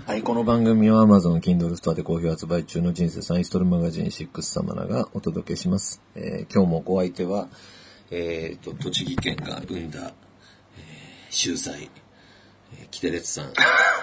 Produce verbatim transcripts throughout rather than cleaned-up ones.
はい、この番組は Amazon Kindle ストアで好評発売中の人生サインストールマガジンシックスサマナがお届けします。えー、今日もお相手は、えーと、栃木県が生んだ、えー、秀才、えー、キテレツさんが、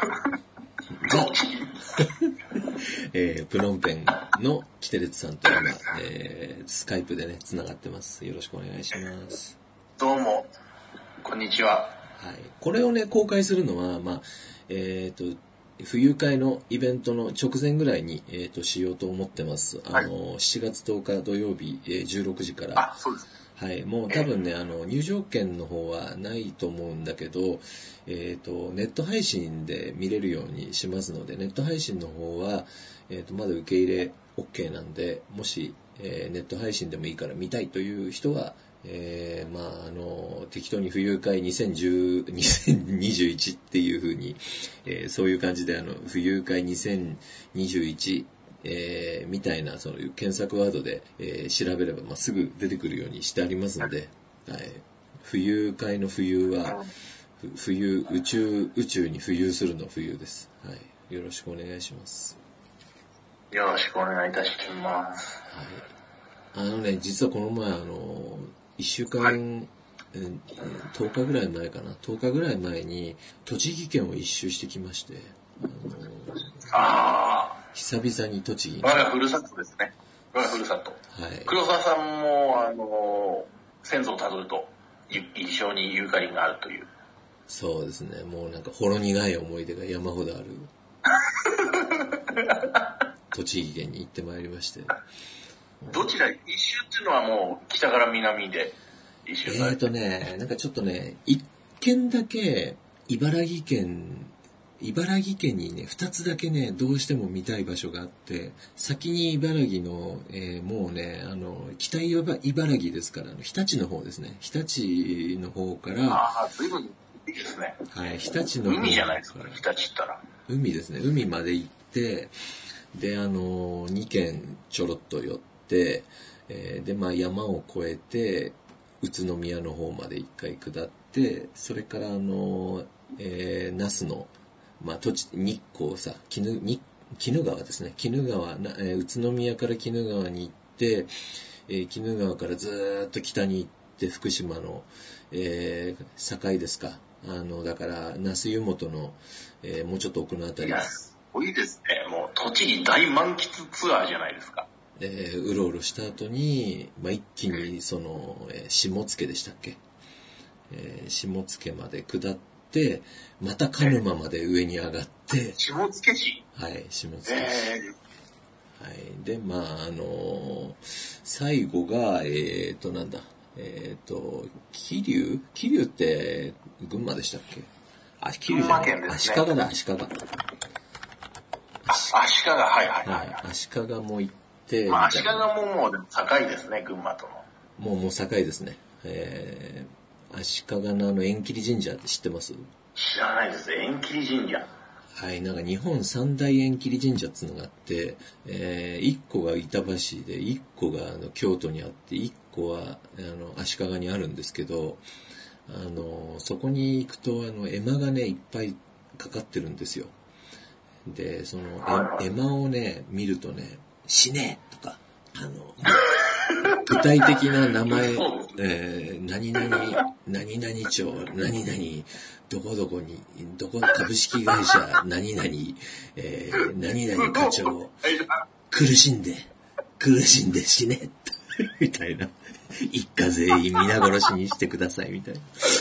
えー、プノンペンのキテレツさんと今、えー、スカイプでね、つながってます。よろしくお願いします。 どうも、こんにちは。 はい。これをね、公開するのは、まあ、えーと、冬会のイベントの直前ぐらいに、えーと、しようと思ってます。あの、はい、しちがつとおか土曜日、えー、じゅうろくじから。 あ、そうです。 はい。もう多分ね、あの、入場券の方はないと思うんだけど、えっと、ネット配信で見れるようにしますので、ネット配信の方は、えっと、まだ受け入れ OK なんで、もし、えー、ネット配信でもいいから見たいという人は、えー、まあ、あの、適当に冬会にせんじゅう、にせんにじゅういちっていう風に、えー、そういう感じで、あの、冬会にせんにじゅういち、えー、みたいな、そういう検索ワードで、えー、調べれば、まあ、すぐ出てくるようにしてありますので、はい。冬会の冬は、冬、宇宙、宇宙に浮遊するの冬です。はい。よろしくお願いします。 よろしくお願いいたします。 はい。あのね、実はこの前、あの、一週間、はい、えー、とおかぐらい前かな、とおかぐらい前に、栃木県を一周してきまして、あのあ久々に栃木に。 我がふるさとですね。我がふるさと。はい。黒沢さんも、あの、先祖をたどると、一生にゆかりがあるという。 そうですね。もうなんかほろ苦い思い出が山ほどある。栃木県に行ってまいりまして。 どちら、一周っていうのはもう北から南で一周されて。 えーとね、なんかちょっとね、一軒だけ茨城県、茨城県にね、二つだけね、どうしても見たい場所があって、先に茨城の、えー、もうね、あの、北茨城ですから、日立の方ですね。日立の方から、 ああ、随分いいですね。 はい、日立の方。 海じゃないですか、日立ったら。 海ですね。海まで行って、で、あの、に軒ちょろっと寄って、えー、で、まあ山を越えて、宇都宮の方まで一回下って、それからあの、えー、那須の、まあ、土地、日光さ、鬼怒、鬼怒川ですね。鬼怒川、なえー、宇都宮から鬼怒川に行って、えー、鬼怒川からずーっと北に行って、福島の、えー、境ですか。あの、だから、那須湯本の、えー、もうちょっと奥のあたり。 いや、すごいですね。もう、栃木大満喫ツアーじゃないですか。 えー、うろうろした後に、まあ、一気に、その、えー、下野でしたっけ。えー、下野まで下って、また鹿沼まで上に上がって、 下野市はい、下野市。 えー、 はい。で、まあ、あのー、最後が、えっと、なんだ、えっと、桐生桐生って、群馬でしたっけ？あ、桐生じゃない。ね、足利だ、足利。 あ、足利、はいはいはい、はい。 足利も行って、 まあ、足利ももう、でも境ですね、群馬との。 もう、もう境ですね。えー、足利のあの、縁切神社って知ってます？ 知らないです。縁切神社。 はい、なんか日本三大縁切神社っていうのがあって、えー、一個が板橋で、一個があの京都にあって、一個はあの足利にあるんですけど、あのそこに行くとあの絵馬がねいっぱいかかってるんですよ。で、その絵馬をね見るとね、死ねとかあの具体的な名前、えー、何々何々町何々どこどこに、どこ、株式会社、何々、えー、何々課長、苦しんで、苦しんで死ね、みたいな。一家全員皆殺しにしてください、みたい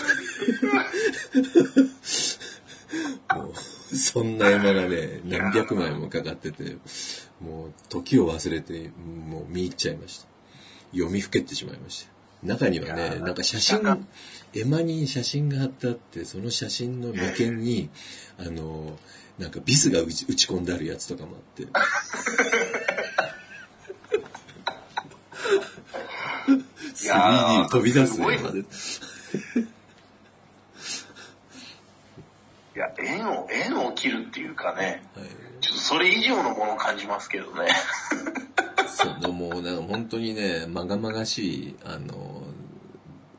な。もう、そんな絵馬がね、何百枚もかかってて、もう、時を忘れて、もう見入っちゃいました。読みふけってしまいました。中にはね、なんか写真、絵馬に写真が貼ってあって、その写真の眉間に、あの、なんかビスが打ち、打ち込んであるやつとかもあって。スリーディー 飛び出す絵まで。いや、縁を、縁を切るっていうかね、はい、ちょっとそれ以上のものを感じますけどね。 そのもうなんか本当にね、まがまがしい、あの、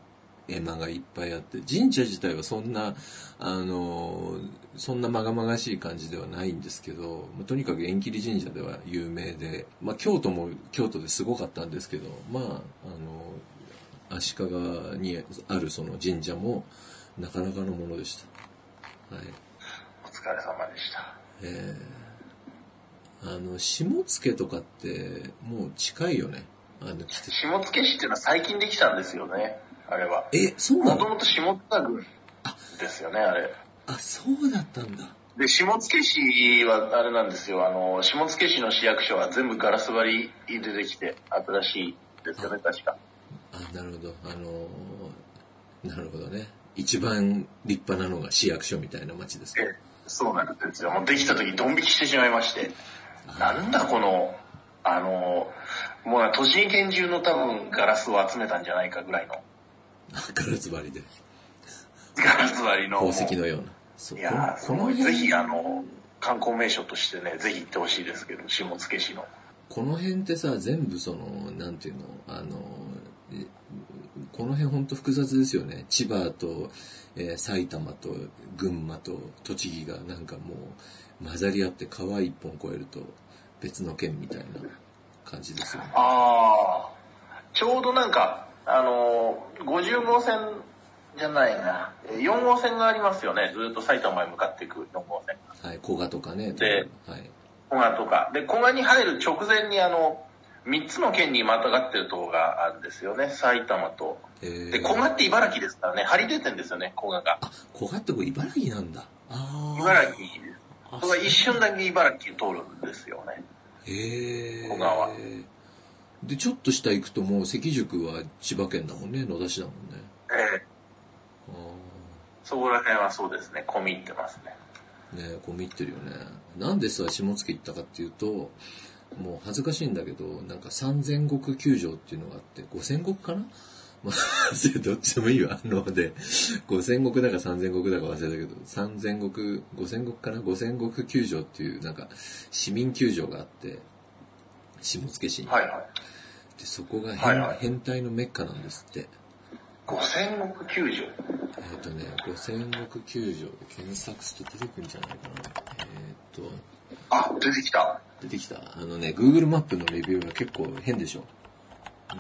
絵馬がいっぱいあって、神社自体はそんな、あの、そんなまがまがしい感じではないんですけど、とにかく縁切神社では有名で、まあ京都も京都ですごかったんですけど、まあ、あの、足利にあるその神社もなかなかのものでした。はい。 お疲れ様でした。 えー、あの、下野とかってもう近いよね。あの来て下野市っていうのは最近できたんですよね、あれは。 え、そうなの？ もともと下田郡ですよね、あれ。 あ、そうだったんだ。 で、下野市はあれなんですよ、あの、下野市の市役所は全部ガラス張りでできて、新しいですよね、確か。 あ、なるほど。あのー、なるほどね。一番立派なのが市役所みたいな街ですか？ ええ、そうなんですよ。もうできた時ドン引きしてしまいまして。なんだこの、あの、もう栃木県中の多分ガラスを集めたんじゃないかぐらいの。 ガラス張りで。 ガラス張りの。 宝石のような。 そういやー、このぜひあの、観光名所としてね、ぜひ行ってほしいですけど、下野市の。 この辺ってさ、全部その、なんていうの、あの、この辺ほんと複雑ですよね。千葉と、えー、埼玉と群馬と栃木がなんかもう混ざり合って川一本越えると別の県みたいな感じですよね。 ああ、ちょうどなんか、あのー、ごじゅうごうせんじゃないな、よんごうせんがありますよね。ずっと埼玉へ向かっていくよんごうせんが。 はい、古賀とかね。 で、 はい、 古賀とか。で、古賀に入る直前にあの、みっつの県にまたがってるところがあるんですよね。埼玉と。で、古賀って茨城ですからね。張り出てんですよね、古賀が。 あ、古賀ってこれ茨城なんだ。あ茨城です。それが一瞬だけ茨城通るんですよね。 へえ。 古賀は。 で、ちょっと下行くともう関宿は千葉県だもんね。野田市だもんね。 ええ。そこら辺はそうですね。込み入ってますね。 ねえ、込み入ってるよね。なんでさ、下野行ったかっていうと、もう恥ずかしいんだけど、なんか三千石球場っていうのがあって、五千石かな？まあ、どっちでもいいわ。あので、五千石だか三千石だか忘れたけど、三千石、五千石かな？五千石球場っていう、なんか、市民球場があって、下野市に。 はいはい。 で、そこが変、 はいはい、 変態のメッカなんですって。 五千石球場？ えっとね、五千石球場で検索すると出てくるんじゃないかな。えっと、 あ、出てきた。 出てきた。あのね、Google マップのレビューが結構変でしょ。うん、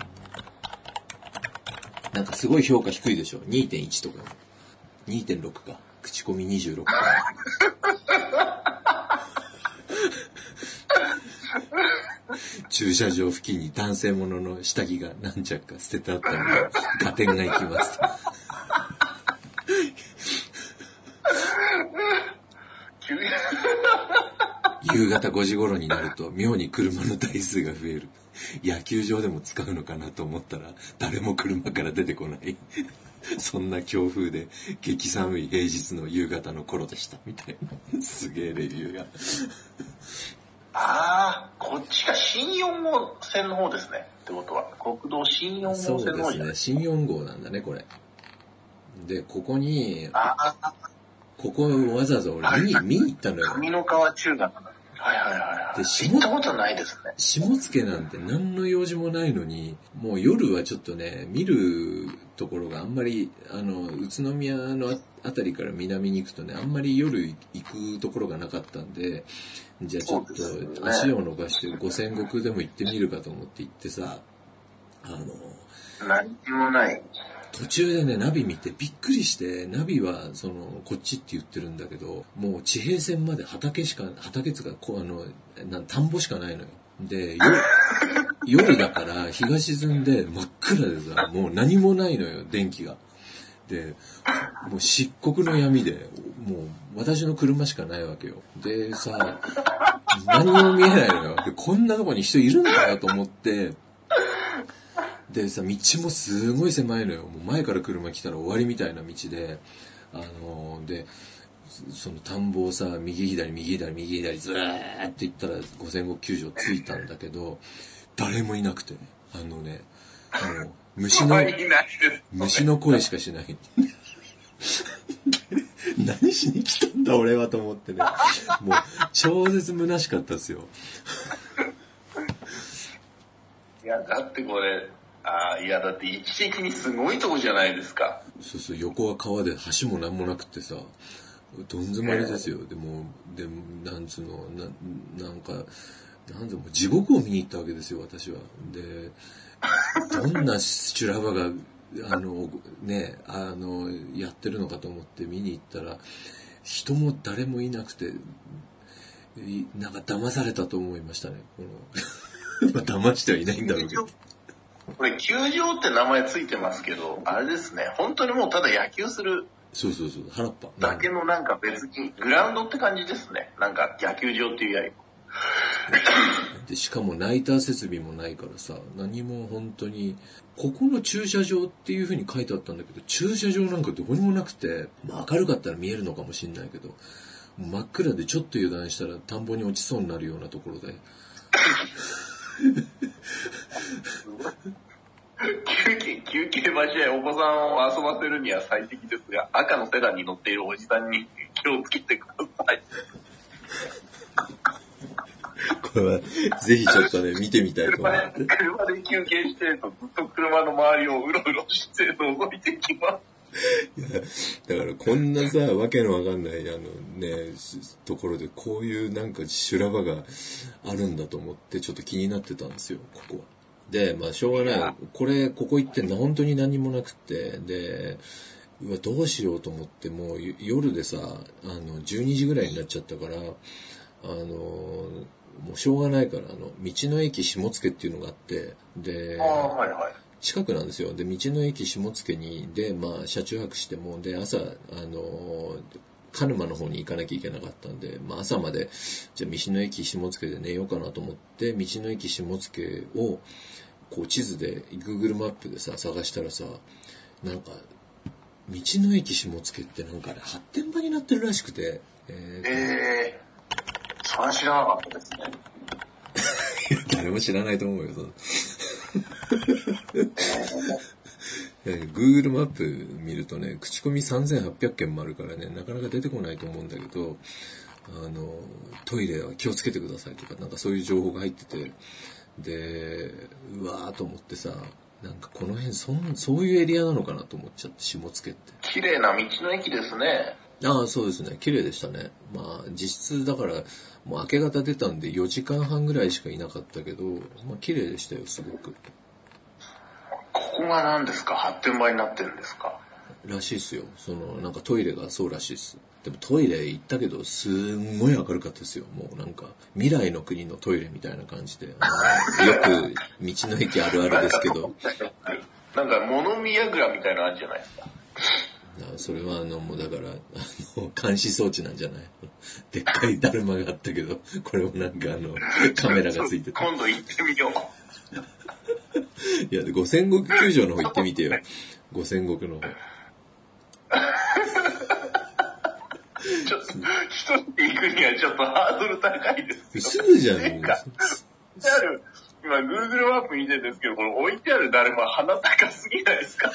なんかすごい評価低いでしょ。にてんいち とか。にてんろく か。口コミにじゅうろくか。駐車場付近に男性ものの下着が何着か捨ててあったので、合点がいきます。夕方ごじ頃になると妙に車の台数が増える。野球場でも使うのかなと思ったら誰も車から出てこない。そんな強風で激寒い平日の夕方の頃でしたみたいな。すげえレビューが。 ああ、こっちが新よん号線の方ですね。ってことは国道新よん号線の方じゃない。 そうですね。新よん号なんだねこれ。でここにああ、 ここをわざわざ俺見に、見に行ったのよ。 上野川中学。はいはいはいはい。で、行ったことないですね。 下野なんて何の用事もないのに、もう夜はちょっとね、見るところがあんまり、あの、宇都宮のあたりから南に行くとね、あんまり夜行くところがなかったんで、じゃあちょっと足を伸ばして五千石でも行ってみるかと思って行ってさ、あの、 何にもない。 途中でね、ナビ見てびっくりして、ナビはその、こっちって言ってるんだけど、もう地平線まで畑しか、畑つか、こうあの、なん田んぼしかないのよ。で、夜、夜だから日が沈んで真っ暗でさ、もう何もないのよ、電気が。で、もう漆黒の闇で、もう私の車しかないわけよ。でさ、何も見えないのよ。で、こんなとこに人いるんだよと思って、でさ、道もすごい狭いのよ。もう前から車来たら終わりみたいな道で、あのー、で、その田んぼをさ、右左右左右左ずーって行ったら五千石球場着いたんだけど、誰もいなくて、あのね、もう虫の、虫の声しかしない。何しに来たんだ俺はと思ってね、もう超絶虚しかったですよ。 いや、だってこれ、 ああ、いやだって位置的にすごいとこじゃないですか。 そうそう、横は川で橋もなんもなくってさ、どん詰まりですよ。でも、でも、なんつうの、な、なんか、なんでも地獄を見に行ったわけですよ、私は。で、どんな修羅場が、あの、ね、あの、やってるのかと思って見に行ったら、人も誰もいなくて、なんか騙されたと思いましたね。このまあ騙してはいないんだろうけど。 これ、球場って名前ついてますけど、あれですね、本当にもうただ野球する。 そうそうそう、原っぱ。 だけのなんか別に、グラウンドって感じですね。なんか野球場っていうやり。 で、しかもナイター設備もないからさ、何も本当に、ここの駐車場っていう風に書いてあったんだけど、駐車場なんかどこにもなくて、まあ明るかったら見えるのかもしれないけど、真っ暗でちょっと油断したら田んぼに落ちそうになるようなところで。 休憩、休憩場所やお子さんを遊ばせるには最適ですが、赤のセダンに乗っているおじさんに気をつけてください。 これは、ぜひちょっとね、見てみたいと思って。 車で休憩してるとずっと車の周りをうろうろして動いてきます。 いや、だからこんなさ、わけのわかんない、あのね、ところでこういうなんか修羅場があるんだと思ってちょっと気になってたんですよ、ここは。で、まあしょうがない。これ、ここ行って本当に何もなくって、で、うわ、どうしようと思って、もう夜でさ、あの、じゅうにじぐらいになっちゃったから、あの、もうしょうがないから、あの、道の駅下野っていうのがあって、で、 ああ、はいはい。 近くなんですよ。で、道の駅下野に、で、まあ、車中泊しても、で、朝、あの、鹿沼の方に行かなきゃいけなかったんで、まあ、朝まで、じゃあ、道の駅下野で寝ようかなと思って、道の駅下野を、こう、地図で、Google マップでさ、探したらさ、なんか、道の駅下野ってなんかね、発展場になってるらしくて、 えー、えー、それは知らなかったですね。 誰も知らないと思うよ、その。Google マップ見るとね、口コミさんぜんはっぴゃくけんもあるからね、なかなか出てこないと思うんだけど、あの、トイレは気をつけてくださいとか、なんかそういう情報が入ってて、で、うわーと思ってさ、なんかこの辺そん、そういうエリアなのかなと思っちゃって、下野って。 綺麗な道の駅ですね。 ああ、そうですね。綺麗でしたね。まあ、実質だから、もう明け方出たんでよじかんはんぐらいしかいなかったけど、まあ綺麗でしたよ、すごく。 ここが何ですか？発展場になってるんですからしいっすよ。その、なんかトイレがそうらしいっす。でもトイレ行ったけど、すんごい明るかったですよ。もうなんか、未来の国のトイレみたいな感じで。よく、道の駅あるあるですけど。 なんか、物見櫓みたいなのあるじゃないですか。 それはあの、もうだから、あの、監視装置なんじゃない？でっかいだるまがあったけど、これもなんかあの、カメラがついてて。 今度行ってみよう。 いや、五千石球場の方行ってみてよ。五千石の方。 ちょっと、一人で行くにはちょっとハードル高いですよ。 すぐじゃん。 なんか、ある、今、Google マップ見てるんですけど、これ置いてあるだるま鼻高すぎないですか？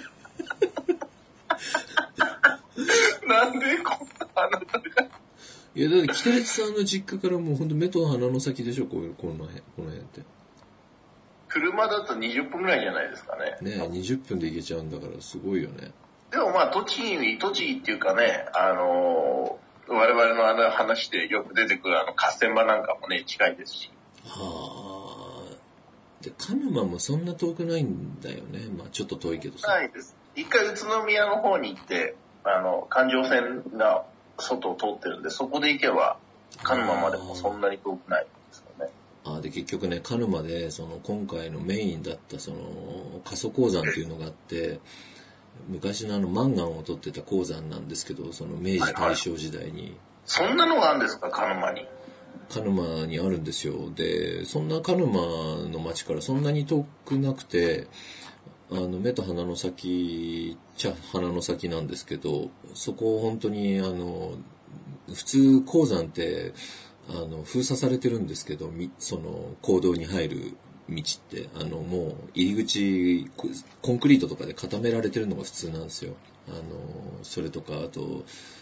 なんでこんな鼻高い？ いや、だって北列さんの実家からもうほんと目と鼻の先でしょ、こういう、この辺、この辺って。 車だとにじゅっぷんぐらいじゃないですかね。 ねえ、にじゅっぷんで行けちゃうんだからすごいよね。 でもまあ、栃木に、栃木っていうかね、あのー、我々のあの話でよく出てくるあの合戦場なんかもね、近いですし。 はあ。で、鹿沼もそんな遠くないんだよね。まあちょっと遠いけどさ。 ないです。一回宇都宮の方に行って、あの、環状線が外を通ってるんで、そこで行けば、鹿沼までもそんなに遠くないですよね。 あで、結局ね、鹿沼で、その、今回のメインだった、その、過疎鉱山っていうのがあって、昔のあの、マンガンを取ってた鉱山なんですけど、その、明治大正時代に。はいはい、 そんなのがあるんですか、鹿沼に。 鹿沼にあるんですよ。で、そんな鹿沼の町からそんなに遠くなくて、あの、目と鼻の先、ちゃ鼻の先なんですけど、そこを本当に、あの、普通鉱山って、あの、封鎖されてるんですけど、その、坑道に入る道って、あの、もう、入り口、コンクリートとかで固められてるのが普通なんですよ。あの、それとか、あと、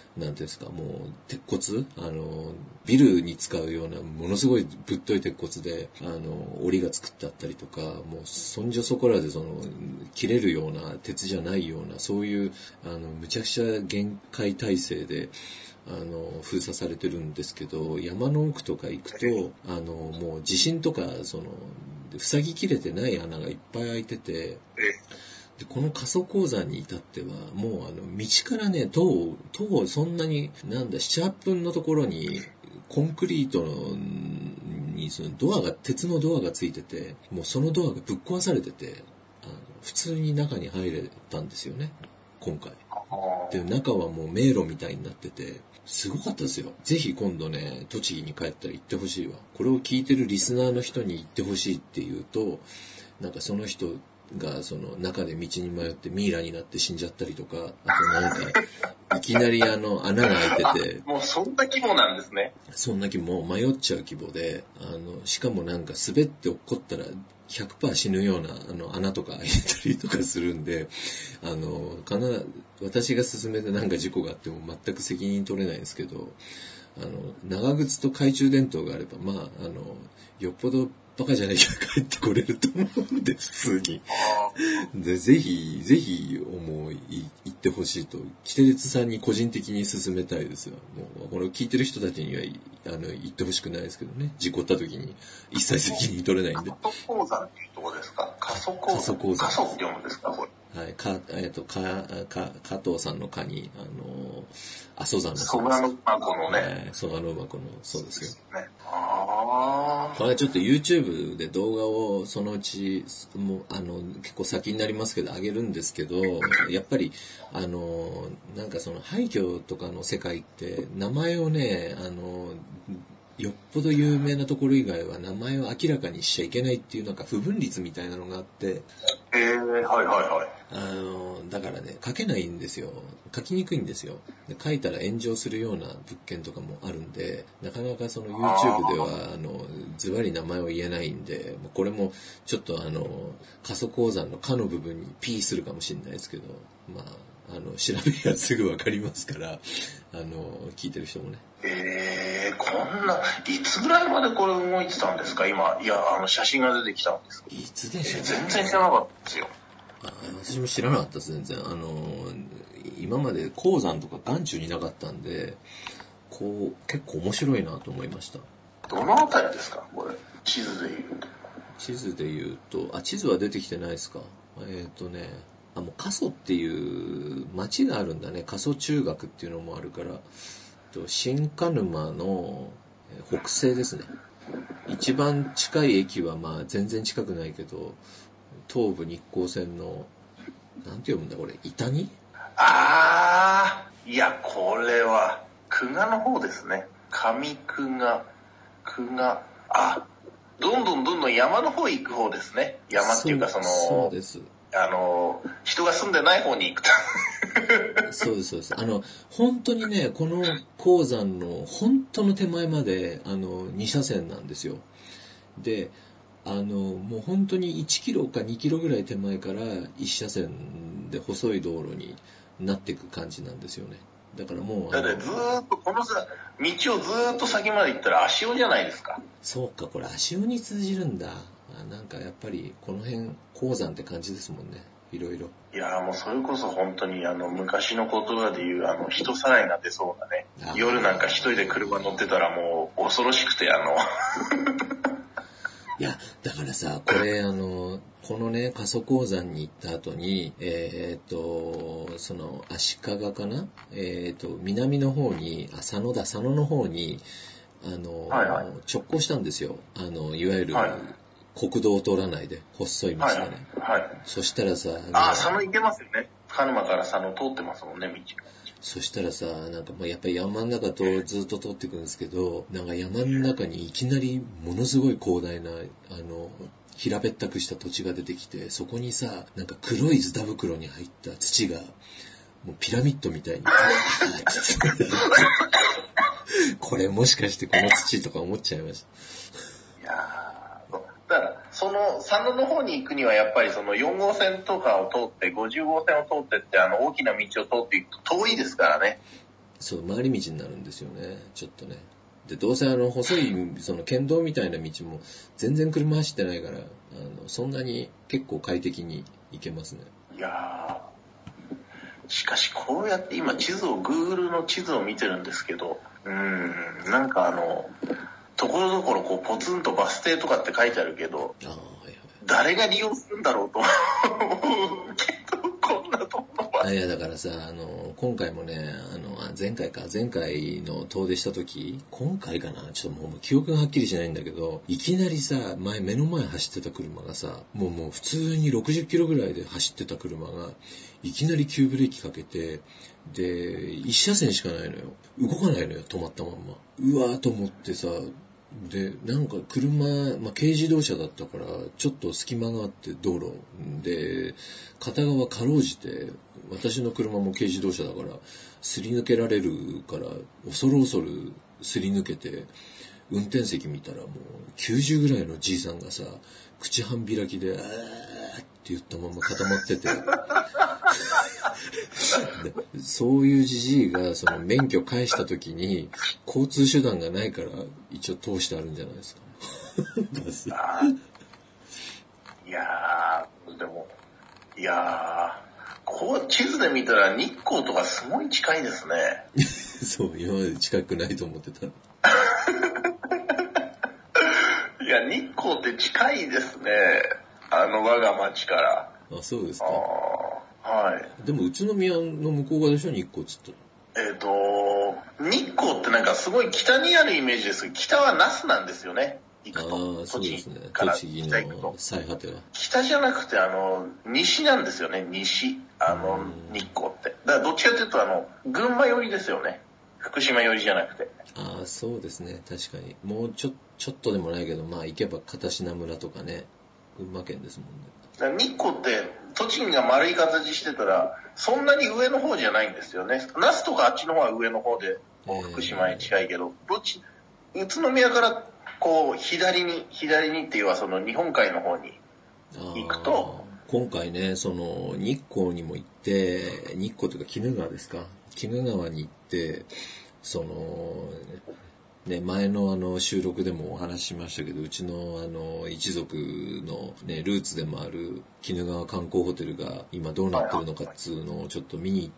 なんていうんですか、もう鉄骨、あのビルに使うようなものすごいぶっとい鉄骨であの檻が作ってあったりとか、もうそんじょそこらでその切れるような鉄じゃないような、そういうあのむちゃくちゃ限界体制であの封鎖されてるんですけど、山の奥とか行くとあのもう地震とかその塞ぎきれてない穴がいっぱい開いてて、でこの過疎鉱山に至ってはもうあの道からね、徒歩徒歩そんなになんだなな、はっぷんのところにコンクリートにそのドアが鉄のドアがついてて、もうそのドアがぶっ壊されてて、あの普通に中に入れたんですよね今回。で中はもう迷路みたいになっててすごかったですよ。ぜひ今度ね栃木に帰ったら行ってほしいわ。これを聞いてるリスナーの人に行ってほしいっていうと、なんかその人がその中で道に迷ってミイラになって死んじゃったりとか、あとなんかいきなりあの穴が開いててもうそんな規模なんですね。 そんな規模、迷っちゃう規模で、あのしかもなんか滑って落っこったら ひゃくパーセント 死ぬようなあの穴とか開いたりとかするんで、あの必ず私が進めてなんか事故があっても全く責任取れないんですけど、あの長靴と懐中電灯があればまああのよっぽどバカじゃないから帰ってこれると思うんで普通にでぜひぜひ思い言ってほしいとキテレツさんに個人的に勧めたいですよ。もうこれを聞いてる人たちにはあの言ってほしくないですけどね、事故った時に一切責任取れないんで。 過疎鉱山っていうところですか？過疎鉱山。過疎鉱山。過疎って読むんですかこれ？ はい、か、えっと、か、か、加藤さんの課に、あの、阿蘇山の。 蘇我の馬子のね。 蘇我の馬子の、そうですよ。 ね、ああ。 これちょっと YouTube で動画をそのうち、もう、あの、結構先になりますけど、上げるんですけど、やっぱり、あの、なんかその廃墟とかの世界って、名前をね、あの、よっぽど有名なところ以外は名前を明らかにしちゃいけないっていうなんか不分率みたいなのがあって、 えー、はいはいはい。 あのだからね書けないんですよ。書きにくいんですよ。で書いたら炎上するような物件とかもあるんで、なかなかその YouTube ではあのズバリ名前を言えないんで、これもちょっとあの過疎鉱山の「か」の部分に P するかもしれないですけど、まああの調べりゃすぐわかりますから、あの聞いてる人もね。 えー、こんないつぐらいまでこれ動いてたんですか今。いやあの写真が出てきたんですけど。 いつでしょう、 えー、全然知らなかったですよ。 あ私も知らなかったです全然。あの今まで鉱山とか眼中になかったんで、こう結構面白いなと思いました。 どのあたりですかこれ地図で言うと。 地図で言うとあ地図は出てきてないですか。えっとねあもう過疎っていう町があるんだね。過疎中学っていうのもあるから、新鹿沼の北西ですね。一番近い駅はまあ全然近くないけど、東武日光線のなんて読むんだこれ、伊丹？ あーいやこれは久我の方ですね。上久我久我あどんどんどんどん山の方行く方ですね。山っていうかそのそうです。 あの人が住んでない方に行くとそうですそうです。あの本当にねこの鉱山の本当の手前まであのに車線なんですよ。であのもう本当にいちキロかにキロぐらい手前からいち車線で細い道路になっていく感じなんですよね。だからもうだってずーっとこのさ道をずーっと先まで行ったら足尾じゃないですか。 そうか、これ足尾に通じるんだ。なんかやっぱりこの辺鉱山って感じですもんね。いろいろ。 いやもうそれこそ本当にあの昔の言葉で言うあの人さらいが出そうなね。夜なんか一人で車乗ってたらもう恐ろしくてあのいやだからさこれあのこのね過疎鉱山に行った後にえっ、ー、とその足利かなえっ、ー、と南の方にあ佐野だ佐野の方にあの、はいはい、直行したんですよ。あのいわゆる、はい国道を通らないで細い道がね、 はいはい、 そしたらさああ佐野行けますよね。鹿沼から佐野通ってますもんね道。 そしたらさなんかまあやっぱり山の中とずっと通っていくんですけど、なんか山の中にいきなりものすごい広大なあの平べったくした土地が出てきて、そこにさなんか黒いズタ袋に入った土がもうピラミッドみたいにこれもしかしてこの土とか思っちゃいました。 いやだからその佐野の方に行くにはやっぱりそのよん号線とかを通ってごじゅう号線を通ってってあの大きな道を通っていくと遠いですからね。 そう、回り道になるんですよね、ちょっとね。で、どうせあの、細い、その県道みたいな道も全然車走ってないから、あの、そんなに結構快適に行けますね。 いやー、しかしこうやって今地図を、Google の地図を見てるんですけど、うーん、なんかあの、ところどころこうポツンとバス停とかって書いてあるけど、あ、はいはい、誰が利用するんだろうと思うけど、こんなところは。 いや、だからさ、あの、今回もね、あの、前回か、前回の遠出した時、今回かな、ちょっともう記憶がはっきりしないんだけど、いきなりさ、前、目の前走ってた車がさ、もうもう普通にろくじゅっキロぐらいで走ってた車が、いきなり急ブレーキかけて、で、一車線しかないのよ。動かないのよ、止まったまんま。うわーと思ってさ、で、なんか車、まあ、軽自動車だったから、ちょっと隙間があって道路で、片側かろうじて、私の車も軽自動車だから、すり抜けられるから、恐る恐るすり抜けて、運転席見たらもうきゅうじゅうぐらいのじいさんがさ、口半開きで、あーって言ったまま固まってて、そういうじじいがその免許返した時に交通手段がないから一応通してあるんじゃないですか。 いやー、でも、いやー、こう地図で見たら日光とかすごい近いですね。 そう、今まで近くないと思ってた。いや、日光って近いですね。あの我が町から。 あ、そうですか。 はい。 でも宇都宮の向こう側でしょ、日光っつったら。えっ、ー、と、日光ってなんかすごい北にあるイメージですけど、北は那須なんですよね。行くと。 ああ、そうですね。 栃木の最果ては。 北じゃなくて、あの、西なんですよね、西。あの、日光って。だからどっちかというと、あの、群馬寄りですよね。福島寄りじゃなくて。 ああ、そうですね。確かに。もうちょ、ちょっとでもないけど、まあ行けば片品村とかね、群馬県ですもんね。 日光って栃木が丸い形してたらそんなに上の方じゃないんですよね。那須とかあっちの方は上の方で福島に近いけど、どっち宇都宮からこう左に左にっていうのはその日本海の方に行くと、 今回ねその日光にも行って、日光というか鬼怒川ですか、鬼怒川に行ってそのね、前のあの収録でもお話ししましたけど、うちのあの一族のね、ルーツでもある鬼怒川観光ホテルが今どうなってるのかっつうのをちょっと見に行って、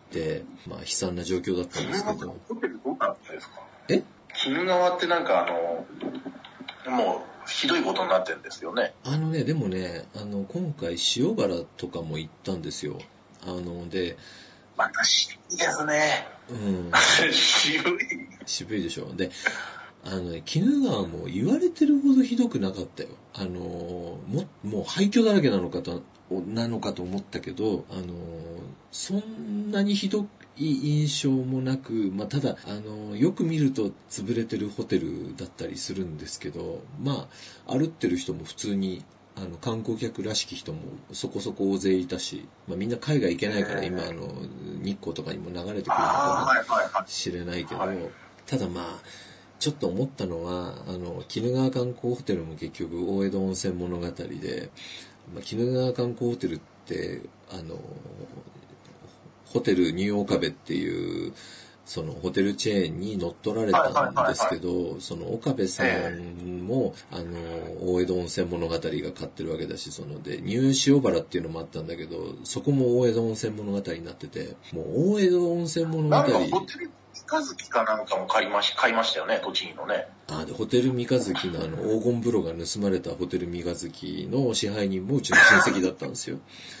まあ悲惨な状況だったんですけど。 ホテルどうなったんですか？ え？ 鬼怒川ってなんかあの、もうひどいことになってるんですよね。 あのね、でもね、あの今回塩原とかも行ったんですよ。あので、 また渋いですね。 うん。 渋い。 渋いでしょ。で、あのね、鬼怒川も言われてるほどひどくなかったよ。あのももう廃墟だらけなのかとなのかと思ったけど、あのそんなにひどい印象もなく、まあただあのよく見ると潰れてるホテルだったりするんですけど、まあ歩ってる人も普通に。あの観光客らしき人もそこそこ大勢いたし、まあ、みんな海外行けないから今あの日光とかにも流れてくるのかもしれないけど、ただまあちょっと思ったのはあの鬼怒川観光ホテルも結局大江戸温泉物語で、まあ、鬼怒川観光ホテルってあのホテルニューオーカベっていうそのホテルチェーンに乗っ取られたんですけど、その岡部さんも、あの、大江戸温泉物語が買ってるわけだし、そので、ニュー塩原っていうのもあったんだけど、そこも大江戸温泉物語になってて、もう大江戸温泉物語。なんかホテル三日月かなんかも買いまし、買いましたよね、栃木のね。 あ、で、ホテル三日月のあの、黄金風呂が盗まれたホテル三日月の支配人もうちの親戚だったんですよ。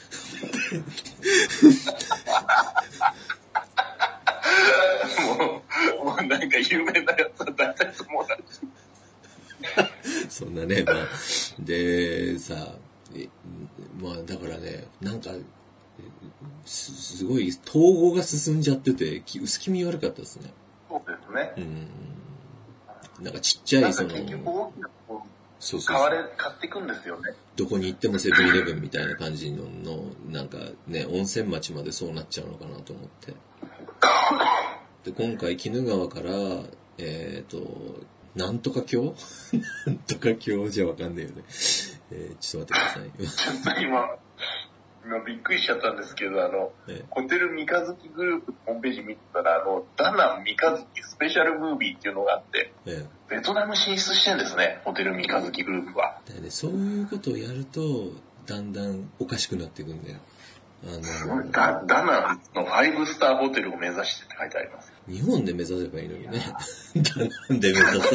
もう、もうなんか有名なやつは大体友達。 そんなね、まあ、で、さ、まあだからね、なんか、す, すごい統合が進んじゃってて、薄気味悪かったですね。 そうですね。 うん。なんかちっちゃいその、 結局大きなそうそうそう買われ、買っていくんですよね。 どこに行ってもセブンイレブンみたいな感じの、のなんかね、温泉町までそうなっちゃうのかなと思って。で、今回、鬼怒川から、えっ、ー、と、なんとか橋なんとか橋じゃわかんないよね。えー、ちょっと待ってください。 今、 今びっくりしちゃったんですけど、あの、 ええ、 ホテル三日月グループのホームページ見てたら、あの、ダナン三日月スペシャルムービーっていうのがあって、ええ、ベトナム進出してんですね、ホテル三日月グループは。 だね、そういうことをやると、だんだんおかしくなっていくんだよ。 あのダ, ダナンのファイブスターホテルを目指してって書いてあります。 日本で目指せばいいのにね。ダナンで目指そう。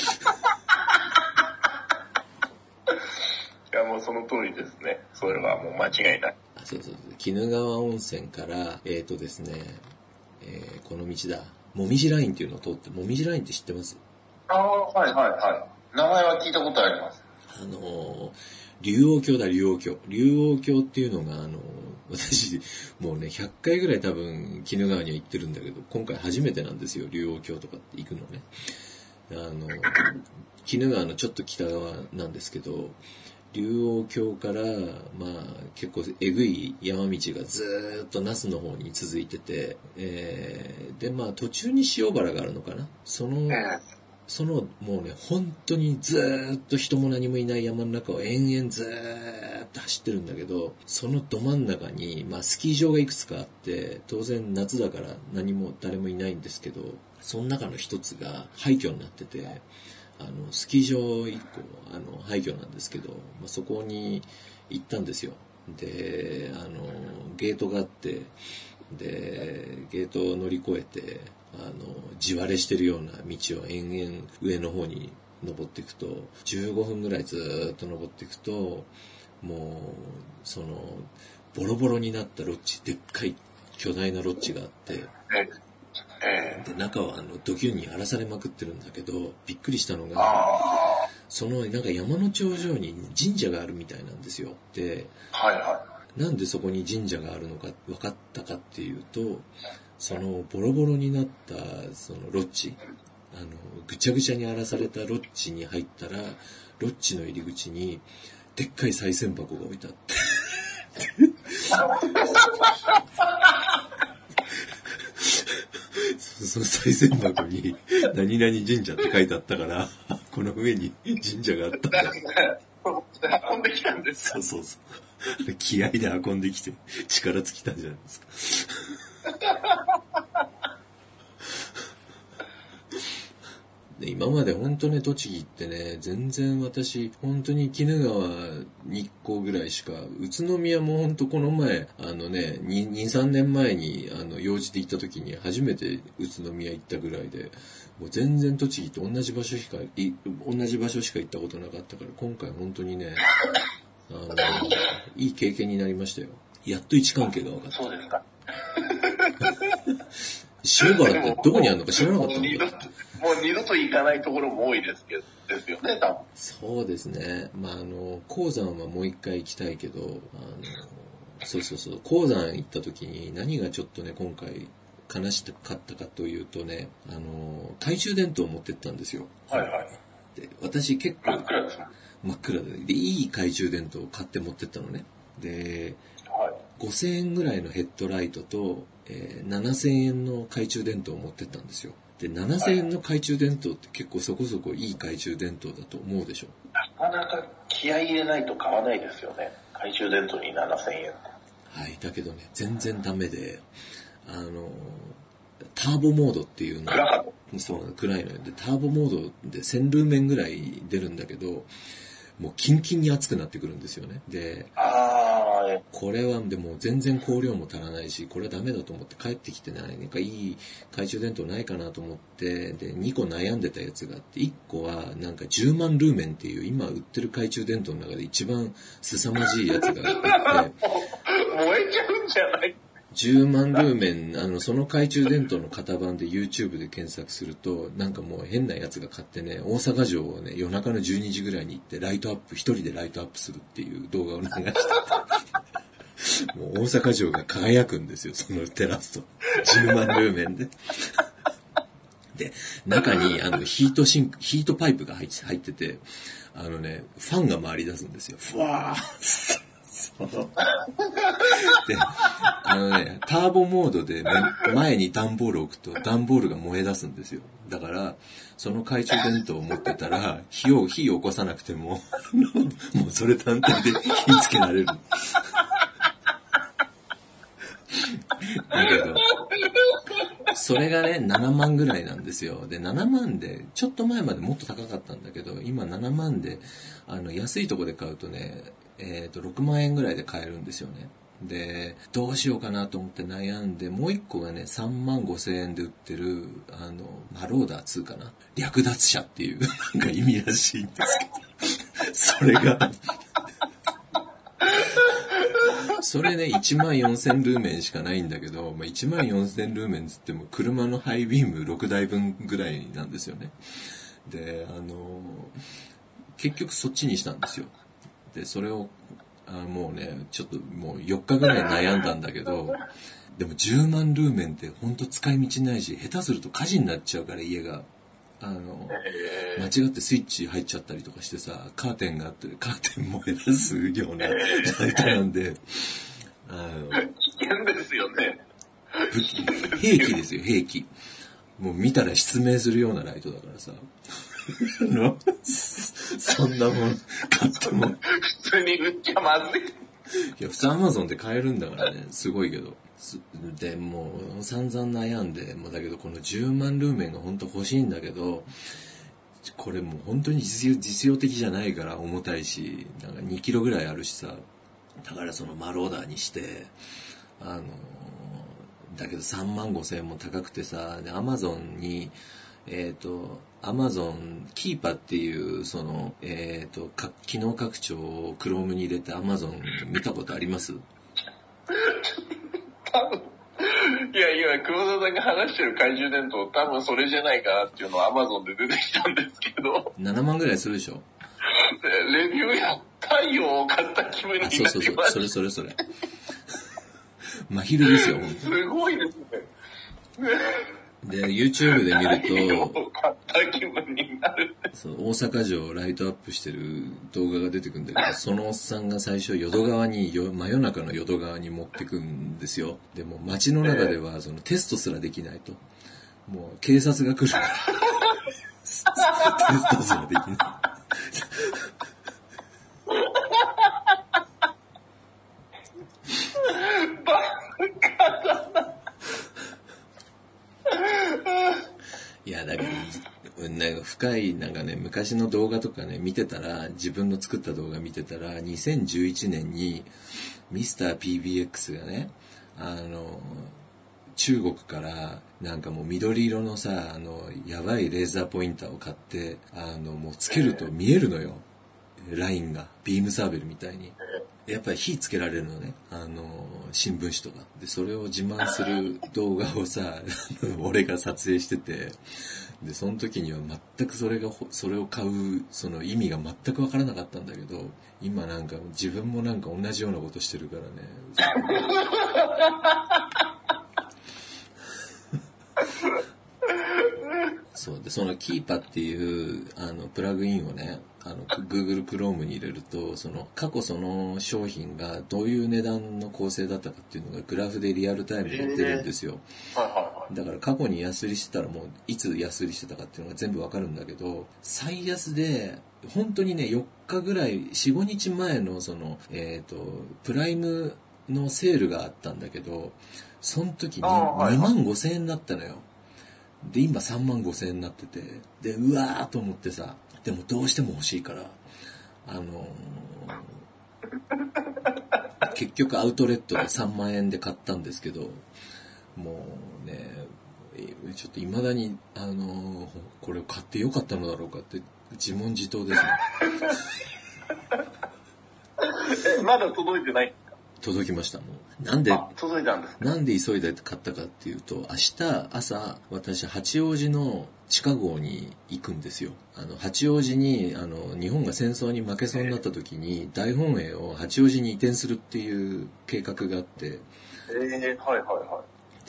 いや、もうその通りですね。それはもう間違いない。 あ、そうそうそう。鬼怒川温泉から、えーとですね、えー、この道だ。もみじラインっていうのを通って、もみじラインって知ってます？ ああ、はいはいはい。名前は聞いたことあります。 あのー、竜王峡だ、竜王峡。竜王峡っていうのが、あのー、私、もうね、ひゃっかいぐらい多分、鬼怒川には行ってるんだけど、今回初めてなんですよ、竜王峡とかって行くのね。あのー、鬼怒川のちょっと北側なんですけど、竜王峡から、まあ、結構えぐい山道がずーっと那須の方に続いてて、えー、で、まあ、途中に塩原があるのかな。その、その、もうね、本当にずーっと人も何もいない山の中を延々ずーっと走ってるんだけど、そのど真ん中に、まあ、スキー場がいくつかあって、当然夏だから何も誰もいないんですけど、その中の一つが廃墟になってて、あの、スキー場一個、あの、廃墟なんですけど、まあ、そこに行ったんですよ。で、あの、ゲートがあって、で、ゲートを乗り越えて、あの、地割れしてるような道を延々上の方に登っていくと、じゅうごふんぐらいずーっと登っていくと、もう、その、ボロボロになったロッジ、でっかい巨大なロッジがあって、で、中はあの、ドキュンに荒らされまくってるんだけど、びっくりしたのが、その、なんか山の頂上に神社があるみたいなんですよ。で、 はいはい。 なんでそこに神社があるのか分かったかっていうと、そのボロボロになったそのロッジ、あのぐちゃぐちゃに荒らされたロッジに入ったら、ロッジの入り口にでっかい賽銭箱が置いてあって、その賽銭箱に何々神社って書いてあったから、この上に神社があったんだ。 運んできたんです。 そうそうそう。気合で運んできて力尽きたんじゃないですか。で、今まで本当ね、栃木ってね、全然私、本当に鬼怒川、日光ぐらいしか、宇都宮も本当この前、あのね、に、さんねんまえに、あの、用事で行った時に初めて宇都宮行ったぐらいで、もう全然栃木と同じ場所しか、い、同じ場所しか行ったことなかったから、今回本当にね、あの、いい経験になりましたよ。やっと位置関係が分かった。 そうですか。 塩原ってどこにあるのか知らなかったんだよ。 もう二度と行かないところも多いですけど、ですよね、多分。 そうですね。まあ、あの、鉱山はもう一回行きたいけど、あの、そうそうそう、鉱山行った時に何がちょっとね、今回悲しかったかというとね、あの、懐中電灯を持ってったんですよ。 はいはい。 で、私結構、 真っ暗ですね。 真っ暗で、で、いい懐中電灯を買って持ってったのね。で、 はい、 ごせんえんぐらいのヘッドライトと、えー、ななせんえんの懐中電灯を持ってったんですよ。で、ななせんえんの懐中電灯って結構そこそこいい懐中電灯だと思うでしょ。 なかなか気合い入れないと買わないですよね。懐中電灯にななせんえんって。 はい、だけどね、全然ダメで、あの、ターボモードっていうの暗そう、暗いのよ。で、ターボモードでせんルーメンぐらい出るんだけど、もうキンキンに熱くなってくるんですよね。で、 あー、 これはでも全然光量も足らないし、これはダメだと思って帰ってきてない。なんかいい懐中電灯ないかなと思って、で、にこ悩んでたやつがあって、いっこはなんかじゅうまんルーメンっていう今売ってる懐中電灯の中で一番凄まじいやつがあって、 燃えちゃうんじゃない？ じゅうまんルーメン、あの、その懐中電灯の型番で YouTube で検索すると、なんかもう変なやつが買ってね、大阪城をね、夜中のじゅうにじぐらいに行って、ライトアップ、一人でライトアップするっていう動画を流してて、もう大阪城が輝くんですよ、その照らすと。じゅうまんルーメンで。で、中に、あの、ヒートシンク、ヒートパイプが入ってて、あのね、ファンが回り出すんですよ。ふわーで、あのね、ターボモードで前に段ボールを置くと段ボールが燃え出すんですよ。だから、その懐中電灯を持ってたら、火を、火を起こさなくても、もうそれ単体で火つけられる。 だけど、それがね、ななまんぐらいなんですよ。で、ななまんで、ちょっと前までもっと高かったんだけど、今ななまんで、あの、安いとこで買うとね、えっと、ろくまんえんぐらいで買えるんですよね。で、どうしようかなと思って悩んで、もう一個がね、さんまんごせんえんで売ってる、あの、マローダーツーかな。略奪者っていう、なんか意味らしいんですけど、それが、それね、いちまんよんせんルーメンしかないんだけど、まあ、いちまんよんせんルーメンつっても、車のハイビームろくだいぶんぐらいなんですよね。で、あの、結局そっちにしたんですよ。で、それを、あもうね、ちょっともうよっかぐらい悩んだんだけど、でもじゅうまんルーメンってほんと使い道ないし、下手すると火事になっちゃうから家が。あの、間違ってスイッチ入っちゃったりとかしてさ、カーテンがあって、カーテン燃え出すようなライトなんで、あの、 危険ですよね。 武器、兵器ですよ、兵器。もう見たら失明するようなライトだからさ。そんなもん買っても。 普通に売っちゃまずい。 いや、普通アマゾンで買えるんだからね、すごいけど。で、もう散々悩んで、もうだけどこのじゅうまんルーメンが本当欲しいんだけど、これもう本当に実用、実用的じゃないから重たいし、なんかにキロぐらいあるしさ、だからそのマローダーにして、あの、だけどさんまんごせんえんも高くてさ、で、アマゾンに、えっと、アマゾンキーパっていう、その、えっと、か機能拡張をクロームに入れてアマゾン見たことあります？ 多分、いや、今、久保田さんが話してる懐中電灯、多分それじゃないかなっていうのはアマゾンで出てきたんですけど。 ななまんぐらいするでしょ？ レビューや太陽を買った気分になりました。 そうそうそう、それそれそれ。真昼ですよ、本当に。 すごいですね。 で、YouTube で見ると、 買った気分になる。 その大阪城をライトアップしてる動画が出てくるんだけど、そのおっさんが最初淀川に、真夜中の淀川に持ってくんですよ。でも街の中ではそのテストすらできないと。もう警察が来るから。テストすらできない。 バカだな。 いや、だけど、なんか深い、なんかね、昔の動画とかね、見てたら、自分の作った動画見てたら、にせんじゅういちねんに、ミスター ピービーエックス がね、あの、中国から、なんかもう緑色のさ、あの、やばいレーザーポインターを買って、あの、もうつけると見えるのよ。ラインが。ビームサーベルみたいに。やっぱり火つけられるのね。あの、新聞紙とか。で、それを自慢する動画をさ、俺が撮影してて、で、その時には全くそれが、それを買う、その意味が全くわからなかったんだけど、今なんか自分もなんか同じようなことしてるからね。そうで、そのキーパっていうあのプラグインをね、あの Google Chrome に入れると、その過去その商品がどういう値段の構成だったかっていうのがグラフでリアルタイムで出るんですよ。だから過去に安売りしてたらもういつ安売りしてたかっていうのが全部わかるんだけど、最安で本当にねよっかぐらい、よん、ごにちまえのそのえっとプライムのセールがあったんだけど、その時ににまんごせんえんだったのよ。で、今さんまんごせんえんになってて、で、うわーと思ってさ、でもどうしても欲しいから、あのー、結局アウトレットでさんまんえんで買ったんですけど、もうね、ちょっと未だに、あのー、これを買ってよかったのだろうかって自問自答ですね。 え、まだ届いてない？ 届きました。もうなんで届いたんです。 なんで急いで買ったかっていうと、明日朝私八王子の地下壕に行くんですよ。あの八王子にあの日本が戦争に負けそうになった時に大本営を八王子に移転するっていう計画があって、 えー、はいはいはい。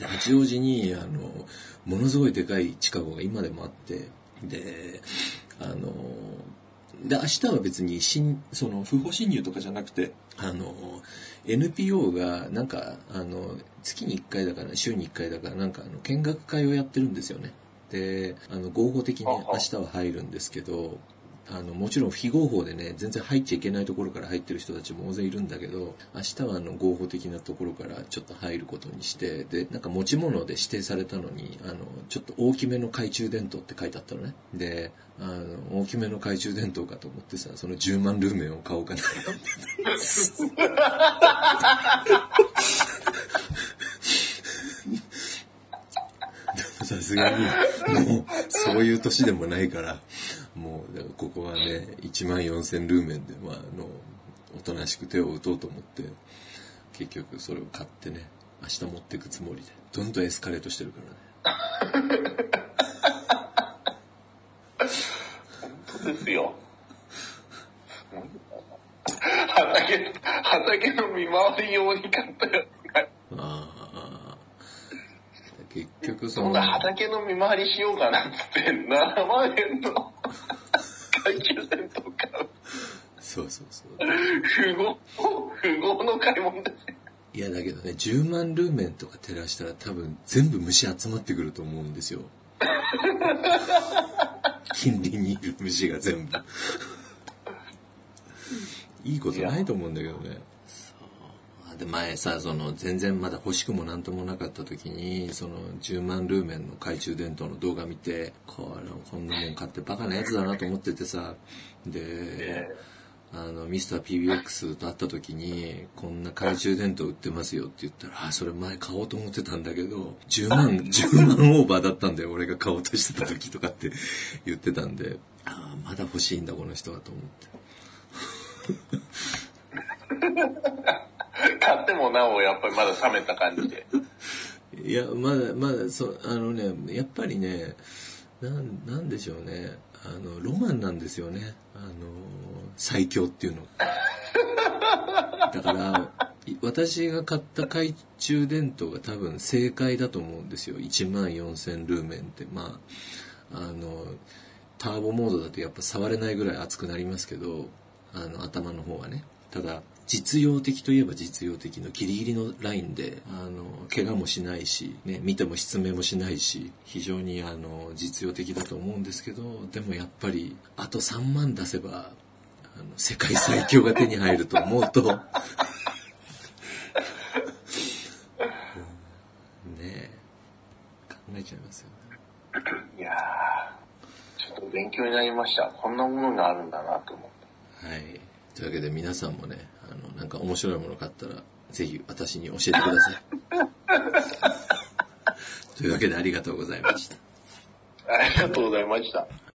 で八王子にあのものすごいでかい地下壕が今でもあって、であので明日は別に新その不法侵入とかじゃなくて、あの エヌピーオー がなんかあの月にいっかいだから週にいっかいだからなんかあの見学会をやってるんですよね。であの合法的に明日は入るんですけど、 あのもちろん非合法でね全然入っちゃいけないところから入ってる人たちも大勢いるんだけど、明日はあの合法的なところからちょっと入ることにして、でなんか持ち物で指定されたのに、あのちょっと大きめの懐中電灯って書いてあったのね。であの大きめの懐中電灯かと思ってさ、そのじゅうまんルーメンを買おうかなさすがにもうそういう年でもないから、もうだからここはねいちまんよんせんルーメンで、まあ、あのおとなしく手を打とうと思って結局それを買ってね、明日持っていくつもりで。どんどんエスカレートしてるからね本当ですよ。畑, 畑の見回り用に買ったやつが、 ああ結局そそんな畑の見回りしようかなっつってななまんえんの懐中電灯買う。 そうそうそう。 不合不合の買い物ですよ。 いやだけどね、じゅうまんルーメンとか照らしたら多分全部虫集まってくると思うんですよ近隣にいる虫が全部いいことないと思うんだけどね。そうで前さ、その全然まだ欲しくもなんともなかった時にそのじゅうまんルーメンの懐中電灯の動画見て、これこんなもん買ってバカなやつだなと思っててさ、であのミスター ピービーエックス と会った時にこんな懐中電灯売ってますよって言ったら、あそれ前買おうと思ってたんだけどじゅうまんじゅうまんオーバーだったんだよ俺が買おうとしてた時とかって言ってたんで、あまだ欲しいんだこの人はと思って買ってもなおやっぱりまだ冷めた感じで。 いやまだまだそうあのねやっぱりねなんなんでしょうね、あのロマンなんですよね、あの最強っていうのだから私が買った懐中電灯が多分正解だと思うんですよ。いちまんよんせんルーメンって、まああのターボモードだとやっぱ触れないぐらい熱くなりますけど、あの頭の方はね、ただ実用的といえば実用的のギリギリのラインで、あの怪我もしないし、ね、見ても失明もしないし、非常にあの実用的だと思うんですけど、でもやっぱりあとさんまん出せばあの世界最強が手に入ると思うとねえ考えちゃいますよね。 いやーちょっと勉強になりました。こんなものがあるんだなと思って。 はい。というわけで皆さんもね、あのなんか面白いものがあったらぜひ私に教えてくださいというわけでありがとうございました。 ありがとうございました。